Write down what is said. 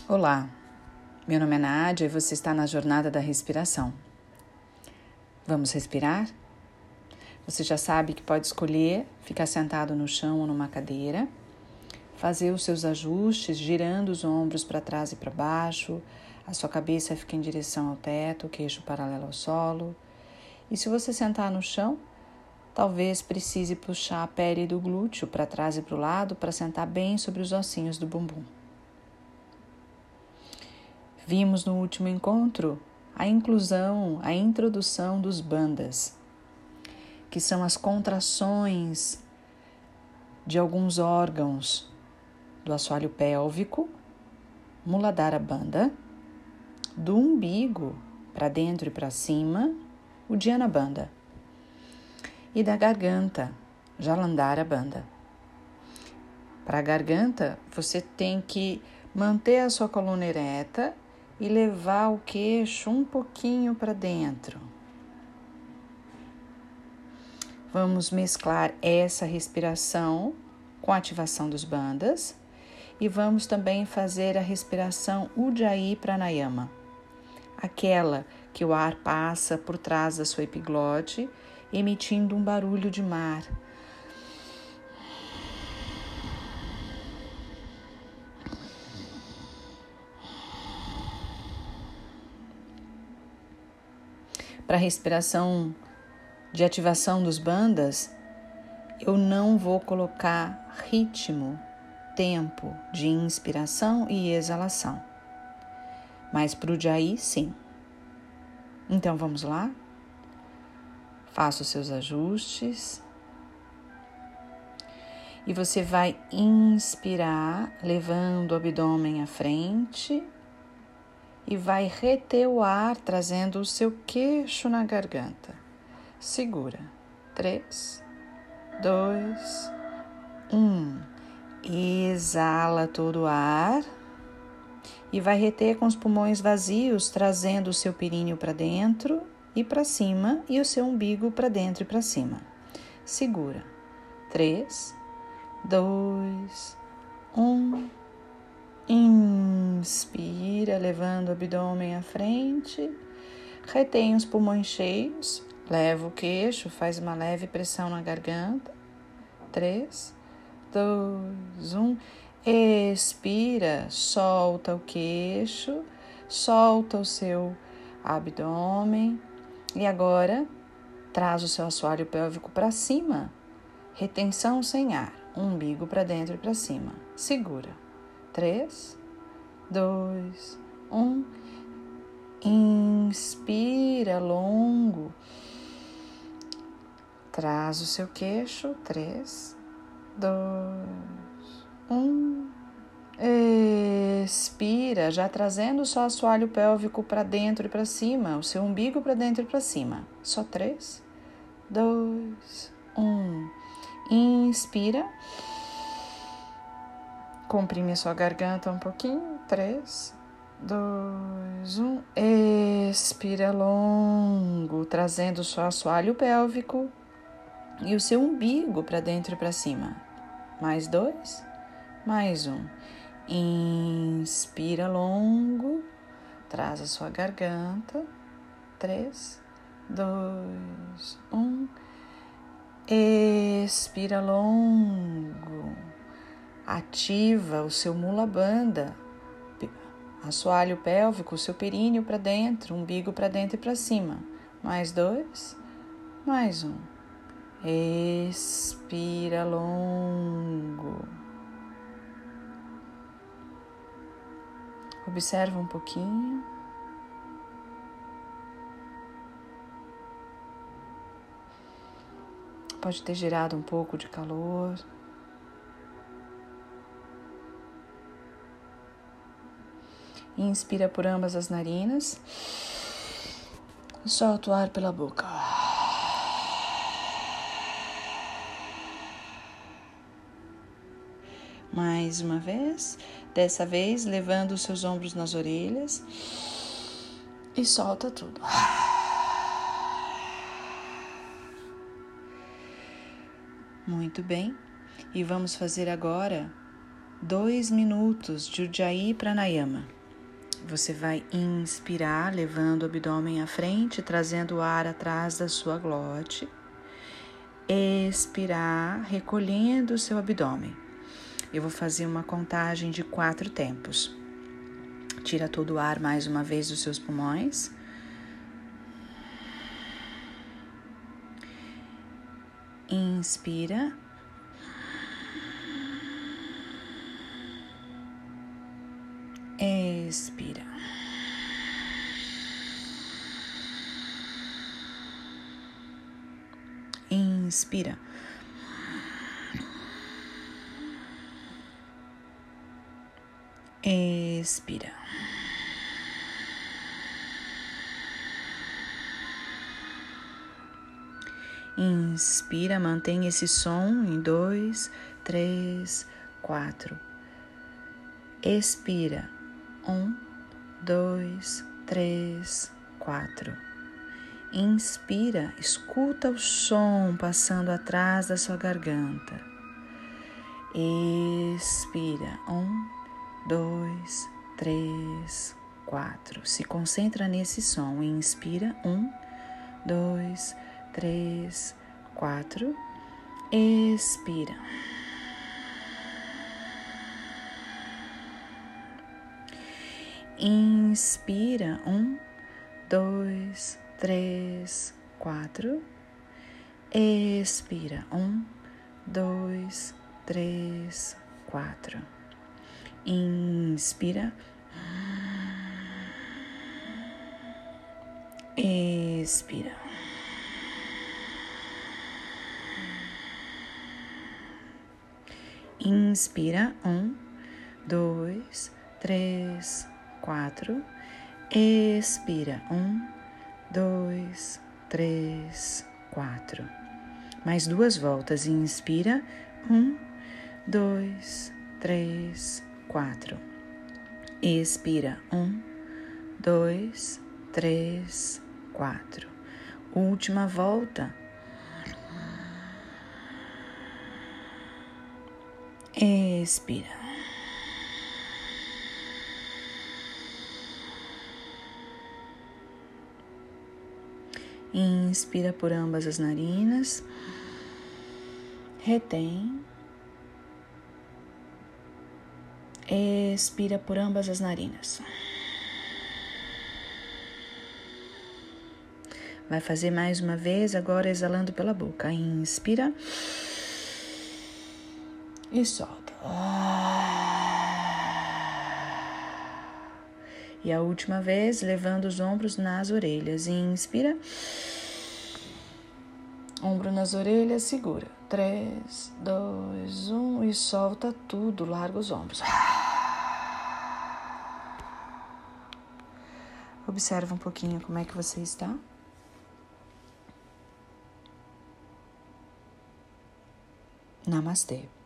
Olá, meu nome é Nádia e você está na jornada da respiração. Vamos respirar? Você já sabe que pode escolher ficar sentado no chão ou numa cadeira, fazer os seus ajustes girando os ombros para trás e para baixo, a sua cabeça fica em direção ao teto, o queixo paralelo ao solo. E se você sentar no chão, talvez precise puxar a pele do glúteo para trás e para o lado para sentar bem sobre os ossinhos do bumbum. Vimos no último encontro a introdução dos bandhas, que são as contrações de alguns órgãos do assoalho pélvico, Muladhara Bandha, do umbigo para dentro e para cima, Uddiyana Bandha, e da garganta, Jalandhara Bandha. Para a garganta, você tem que manter a sua coluna ereta e levar o queixo um pouquinho para dentro. Vamos mesclar essa respiração com a ativação dos bandhas e vamos também fazer a respiração Ujjayi Pranayama, aquela que o ar passa por trás da sua epiglote, emitindo um barulho de mar. Para a respiração de ativação dos bandhas, eu não vou colocar ritmo, tempo de inspiração e exalação. Mas para o Ujjayi, sim. Então vamos lá? Faça os seus ajustes. E você vai inspirar, levando o abdômen à frente. E vai reter o ar, trazendo o seu queixo na garganta. Segura. 3, 2, 1. Exala todo o ar. E vai reter com os pulmões vazios, trazendo o seu períneo para dentro e para cima. E o seu umbigo para dentro e para cima. Segura. 3, 2, 1. Inspira, levando o abdômen à frente, retém os pulmões cheios, leva o queixo, faz uma leve pressão na garganta. 3, 2, 1. Expira, solta o queixo, solta o seu abdômen e agora traz o seu assoalho pélvico para cima. Retenção sem ar, umbigo para dentro e para cima. Segura. 3, 2, 1. Inspira longo. Traz o seu queixo. 3, 2, 1. Expira, já trazendo o seu assoalho pélvico para dentro e para cima, o seu umbigo para dentro e para cima. Só 3, 2, 1. Inspira. Comprime a sua garganta um pouquinho. 3, 2, 1. Expira longo, trazendo o seu assoalho pélvico e o seu umbigo para dentro e para cima. Mais 2, mais 1. Inspira longo, traz a sua garganta. 3, 2, 1. Expira longo. Ativa o seu Mula Bandha, assoalho pélvico, o seu períneo para dentro, umbigo para dentro e para cima. Mais 2, mais 1. Expira longo. Observa um pouquinho. Pode ter gerado um pouco de calor. Inspira por ambas as narinas. Solta o ar pela boca. Mais uma vez. Dessa vez, levando os seus ombros nas orelhas. E solta tudo. Muito bem. E vamos fazer agora 2 minutos de Ujjayi Pranayama. Você vai inspirar, levando o abdômen à frente, trazendo o ar atrás da sua glote. Expirar, recolhendo o seu abdômen. Eu vou fazer uma contagem de 4 tempos. Tira todo o ar mais uma vez dos seus pulmões. Inspira. Expira. Inspira. Expira. Inspira, mantém esse som em 2, 3, 4. Expira. 1, 2, 3, 4. Inspira, escuta o som passando atrás da sua garganta. Expira. 1, 2, 3, 4. Se concentra nesse som. Inspira. 1, 2, 3, 4. Expira. Inspira. 1, 2, 3, 4. Expira. 1, 2, 3, 4. Inspira. Expira. Inspira. 1, 2, 3, 4. Expira. 1, 2, 3, 4. Mais 2 voltas. Inspira. 1, 2, 3, 4. Expira. 1, 2, 3, 4. Última volta. Expira. Inspira por ambas as narinas. Retém. Expira por ambas as narinas. Vai fazer mais uma vez, agora exalando pela boca. Inspira. E solta. E a última vez, levando os ombros nas orelhas. Inspira. Ombro nas orelhas, segura. 3, 2, 1 e solta tudo, larga os ombros. Observa um pouquinho como é que você está. Namastê.